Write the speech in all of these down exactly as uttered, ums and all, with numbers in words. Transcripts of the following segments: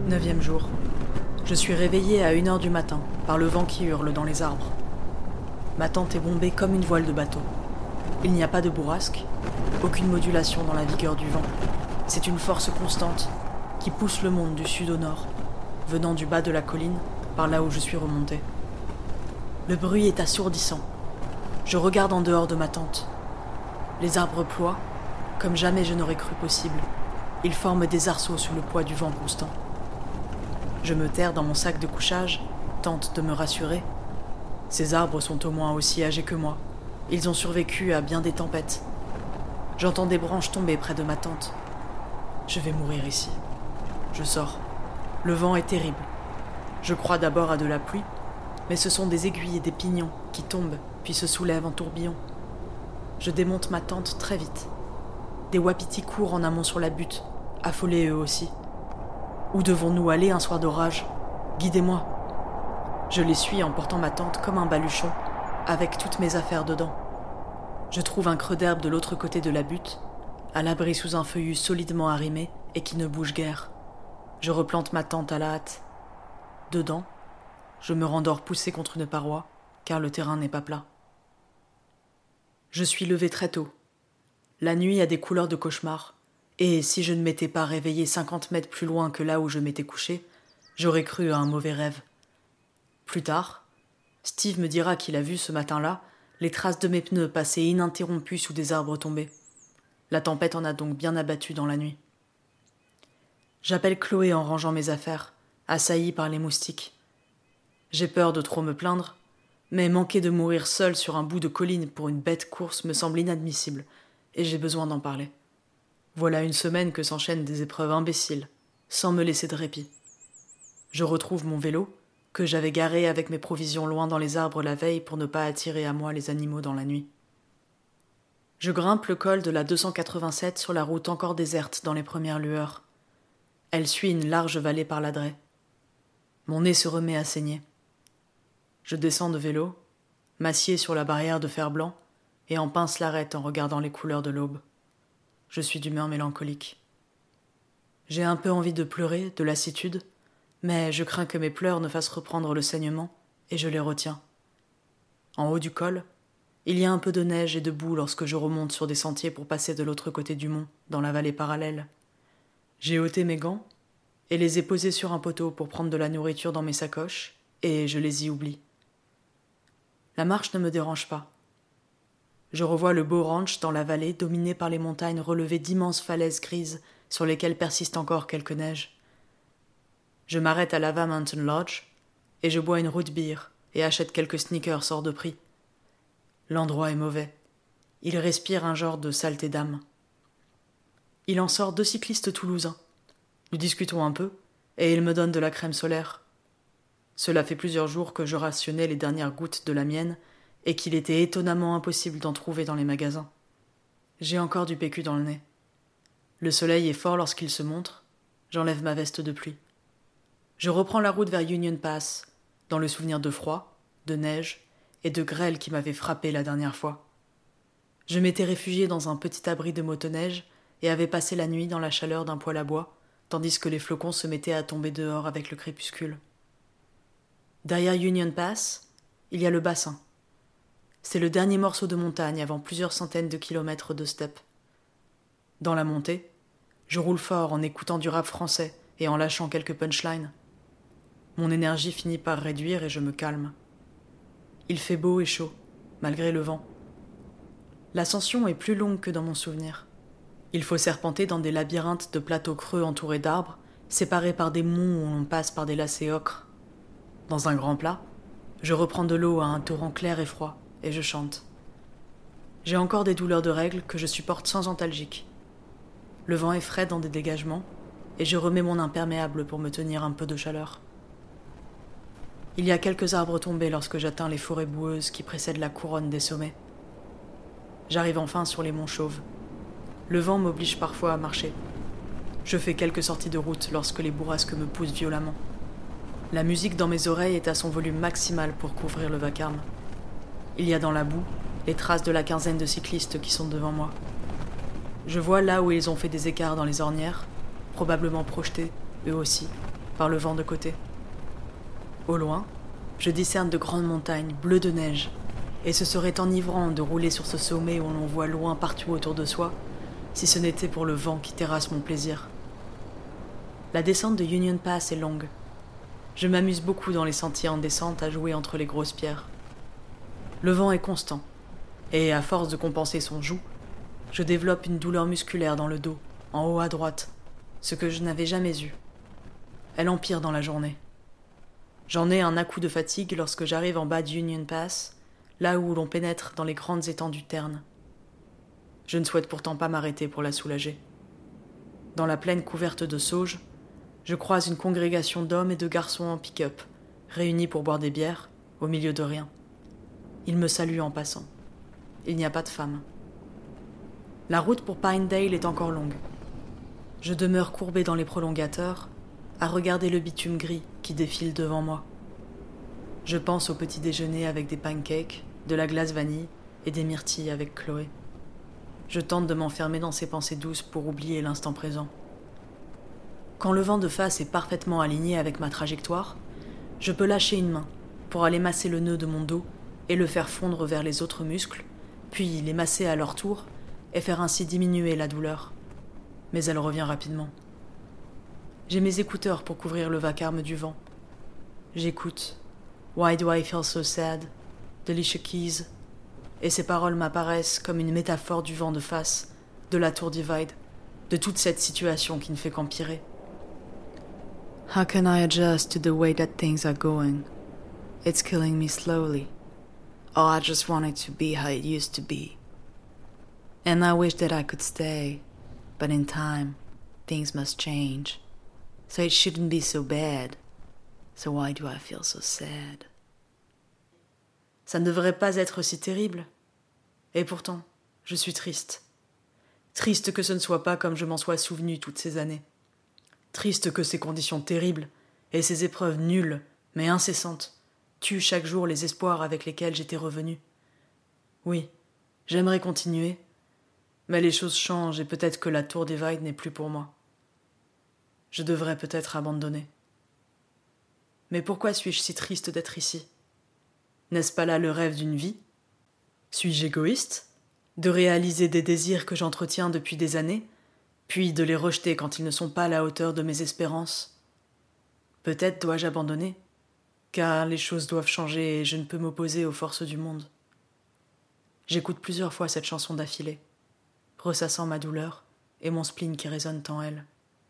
Neuvième jour. Je suis réveillée à une heure du matin par le vent qui hurle dans les arbres. Ma tente est bombée comme une voile de bateau. Il n'y a pas de bourrasque, aucune modulation dans la vigueur du vent. C'est une force constante qui pousse le monde du sud au nord, venant du bas de la colline, par là où je suis remontée. Le bruit est assourdissant. Je regarde en dehors de ma tente. Les arbres ploient, comme jamais je n'aurais cru possible. Ils forment des arceaux sous le poids du vent constant. Je me terre dans mon sac de couchage, tente de me rassurer. Ces arbres sont au moins aussi âgés que moi. Ils ont survécu à bien des tempêtes. J'entends des branches tomber près de ma tente. Je vais mourir ici. Je sors. Le vent est terrible. Je crois d'abord à de la pluie, mais ce sont des aiguilles et des pignons qui tombent puis se soulèvent en tourbillon. Je démonte ma tente très vite. Des wapitis courent en amont sur la butte, affolés eux aussi. Où devons-nous aller un soir d'orage ? Guidez-moi. Je les suis en portant ma tente comme un baluchon, avec toutes mes affaires dedans. Je trouve un creux d'herbe de l'autre côté de la butte, à l'abri sous un feuillu solidement arrimé et qui ne bouge guère. Je replante ma tente à la hâte. Dedans, je me rendors poussé contre une paroi, car le terrain n'est pas plat. Je suis levé très tôt. La nuit a des couleurs de cauchemar, et si je ne m'étais pas réveillé cinquante mètres plus loin que là où je m'étais couché, j'aurais cru à un mauvais rêve. Plus tard, Steve me dira qu'il a vu ce matin-là les traces de mes pneus passer ininterrompues sous des arbres tombés. La tempête en a donc bien abattu dans la nuit. J'appelle Chloé en rangeant mes affaires, assaillie par les moustiques. J'ai peur de trop me plaindre, mais manquer de mourir seule sur un bout de colline pour une bête course me semble inadmissible, et j'ai besoin d'en parler. Voilà une semaine que s'enchaînent des épreuves imbéciles, sans me laisser de répit. Je retrouve mon vélo, que j'avais garé avec mes provisions loin dans les arbres la veille pour ne pas attirer à moi les animaux dans la nuit. Je grimpe le col de la deux cent quatre-vingt-sept sur la route encore déserte dans les premières lueurs. Elle suit une large vallée par l'adret. Mon nez se remet à saigner. Je descends de vélo, m'assieds sur la barrière de fer blanc et en pince l'arête en regardant les couleurs de l'aube. Je suis d'humeur mélancolique. J'ai un peu envie de pleurer, de lassitude, mais je crains que mes pleurs ne fassent reprendre le saignement et je les retiens. En haut du col, il y a un peu de neige et de boue lorsque je remonte sur des sentiers pour passer de l'autre côté du mont, dans la vallée parallèle. J'ai ôté mes gants et les ai posés sur un poteau pour prendre de la nourriture dans mes sacoches, et je les y oublie. La marche ne me dérange pas. Je revois le beau ranch dans la vallée dominé par les montagnes relevées d'immenses falaises grises sur lesquelles persiste encore quelques neiges. Je m'arrête à Lava Mountain Lodge et je bois une root beer et achète quelques sneakers hors de prix. L'endroit est mauvais. Il respire un genre de saleté d'âme. Il en sort deux cyclistes toulousains. Nous discutons un peu et ils me donnent de la crème solaire. Cela fait plusieurs jours que je rationnais les dernières gouttes de la mienne et qu'il était étonnamment impossible d'en trouver dans les magasins. J'ai encore du P Q dans le nez. Le soleil est fort lorsqu'il se montre. J'enlève ma veste de pluie. Je reprends la route vers Union Pass, dans le souvenir de froid, de neige et de grêle qui m'avait frappé la dernière fois. Je m'étais réfugié dans un petit abri de motoneige et avais passé la nuit dans la chaleur d'un poêle à bois, tandis que les flocons se mettaient à tomber dehors avec le crépuscule. Derrière Union Pass, il y a le bassin. C'est le dernier morceau de montagne avant plusieurs centaines de kilomètres de steppe. Dans la montée, je roule fort en écoutant du rap français et en lâchant quelques punchlines. Mon énergie finit par réduire et je me calme. Il fait beau et chaud, malgré le vent. L'ascension est plus longue que dans mon souvenir. Il faut serpenter dans des labyrinthes de plateaux creux entourés d'arbres, séparés par des monts où l'on passe par des lacets ocres. Dans un grand plat, je reprends de l'eau à un torrent clair et froid, et je chante. J'ai encore des douleurs de règles que je supporte sans antalgique. Le vent est frais dans des dégagements, et je remets mon imperméable pour me tenir un peu de chaleur. Il y a quelques arbres tombés lorsque j'atteins les forêts boueuses qui précèdent la couronne des sommets. J'arrive enfin sur les monts chauves. Le vent m'oblige parfois à marcher. Je fais quelques sorties de route lorsque les bourrasques me poussent violemment. La musique dans mes oreilles est à son volume maximal pour couvrir le vacarme. Il y a dans la boue les traces de la quinzaine de cyclistes qui sont devant moi. Je vois là où ils ont fait des écarts dans les ornières, probablement projetés, eux aussi, par le vent de côté. Au loin, je discerne de grandes montagnes bleues de neige, et ce serait enivrant de rouler sur ce sommet où l'on voit loin partout autour de soi, si ce n'était pour le vent qui terrasse mon plaisir. La descente de Union Pass est longue. Je m'amuse beaucoup dans les sentiers en descente à jouer entre les grosses pierres. Le vent est constant, et à force de compenser son joug, je développe une douleur musculaire dans le dos, en haut à droite, ce que je n'avais jamais eu. Elle empire dans la journée. J'en ai un à-coup de fatigue lorsque j'arrive en bas d'Union Pass, là où l'on pénètre dans les grandes étendues ternes. Je ne souhaite pourtant pas m'arrêter pour la soulager. Dans la plaine couverte de sauges, je croise une congrégation d'hommes et de garçons en pick-up, réunis pour boire des bières, au milieu de rien. Ils me saluent en passant. Il n'y a pas de femmes. La route pour Pinedale est encore longue. Je demeure courbé dans les prolongateurs, à regarder le bitume gris qui défile devant moi. Je pense au petit déjeuner avec des pancakes, de la glace vanille et des myrtilles avec Chloé. Je tente de m'enfermer dans ces pensées douces pour oublier l'instant présent. Quand le vent de face est parfaitement aligné avec ma trajectoire, je peux lâcher une main pour aller masser le nœud de mon dos et le faire fondre vers les autres muscles, puis les masser à leur tour et faire ainsi diminuer la douleur. Mais elle revient rapidement. J'ai mes écouteurs pour couvrir le vacarme du vent. J'écoute « Why do I feel so sad ?» de Alicia Keys, et ces paroles m'apparaissent comme une métaphore du vent de face, de la Tour Divide, de toute cette situation qui ne fait qu'empirer. How can I adjust to the way that things are going? It's killing me slowly. Oh, I just want it to be how it used to be. And I wish that I could stay, but in time, things must change. So it shouldn't be so bad. So why do I feel so sad? Ça ne devrait pas être si terrible. Et pourtant, je suis triste. Triste que ce ne soit pas comme je m'en sois souvenu toutes ces années. Triste que ces conditions terribles et ces épreuves nulles, mais incessantes, tuent chaque jour les espoirs avec lesquels j'étais revenu. Oui, j'aimerais continuer, mais les choses changent et peut-être que la Tour Divide n'est plus pour moi. Je devrais peut-être abandonner. Mais pourquoi suis-je si triste d'être ici? N'est-ce pas là le rêve d'une vie? Suis-je égoïste? De réaliser des désirs que j'entretiens depuis des années, puis de les rejeter quand ils ne sont pas à la hauteur de mes espérances? Peut-être dois-je abandonner, car les choses doivent changer et je ne peux m'opposer aux forces du monde. J'écoute plusieurs fois cette chanson d'affilée, ressassant ma douleur et mon spleen qui résonne en elle.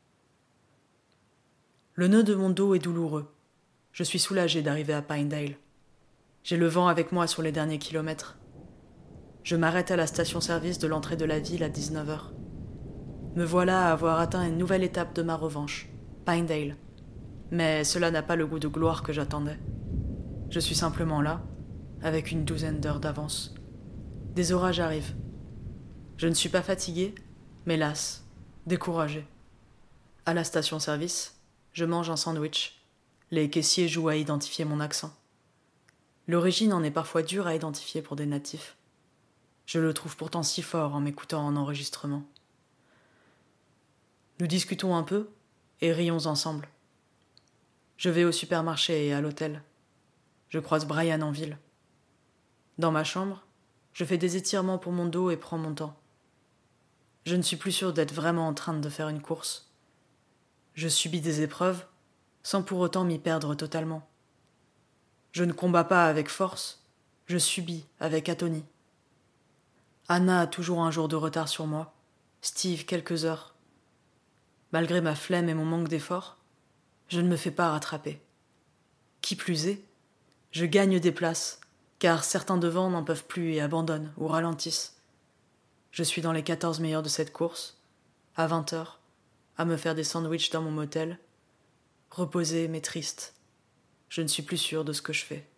Le nœud de mon dos est douloureux. Je suis soulagé d'arriver à Pinedale. J'ai le vent avec moi sur les derniers kilomètres. Je m'arrête à la station-service de l'entrée de la ville à dix-neuf heures. Me voilà à avoir atteint une nouvelle étape de ma revanche, Pinedale. Mais cela n'a pas le goût de gloire que j'attendais. Je suis simplement là, avec une douzaine d'heures d'avance. Des orages arrivent. Je ne suis pas fatigué, mais lasse, découragé. À la station-service, je mange un sandwich. Les caissiers jouent à identifier mon accent. L'origine en est parfois dure à identifier pour des natifs. Je le trouve pourtant si fort en m'écoutant en enregistrement. Nous discutons un peu et rions ensemble. Je vais au supermarché et à l'hôtel. Je croise Brian en ville. Dans ma chambre, je fais des étirements pour mon dos et prends mon temps. Je ne suis plus sûr d'être vraiment en train de faire une course. Je subis des épreuves sans pour autant m'y perdre totalement. Je ne combats pas avec force, je subis avec atonie. Anna a toujours un jour de retard sur moi, Steve quelques heures. Malgré ma flemme et mon manque d'effort, je ne me fais pas rattraper. Qui plus est, je gagne des places, car certains devant n'en peuvent plus et abandonnent ou ralentissent. Je suis dans les quatorze meilleurs de cette course, à vingt heures, à me faire des sandwichs dans mon motel, reposé mais triste. Je ne suis plus sûr de ce que je fais.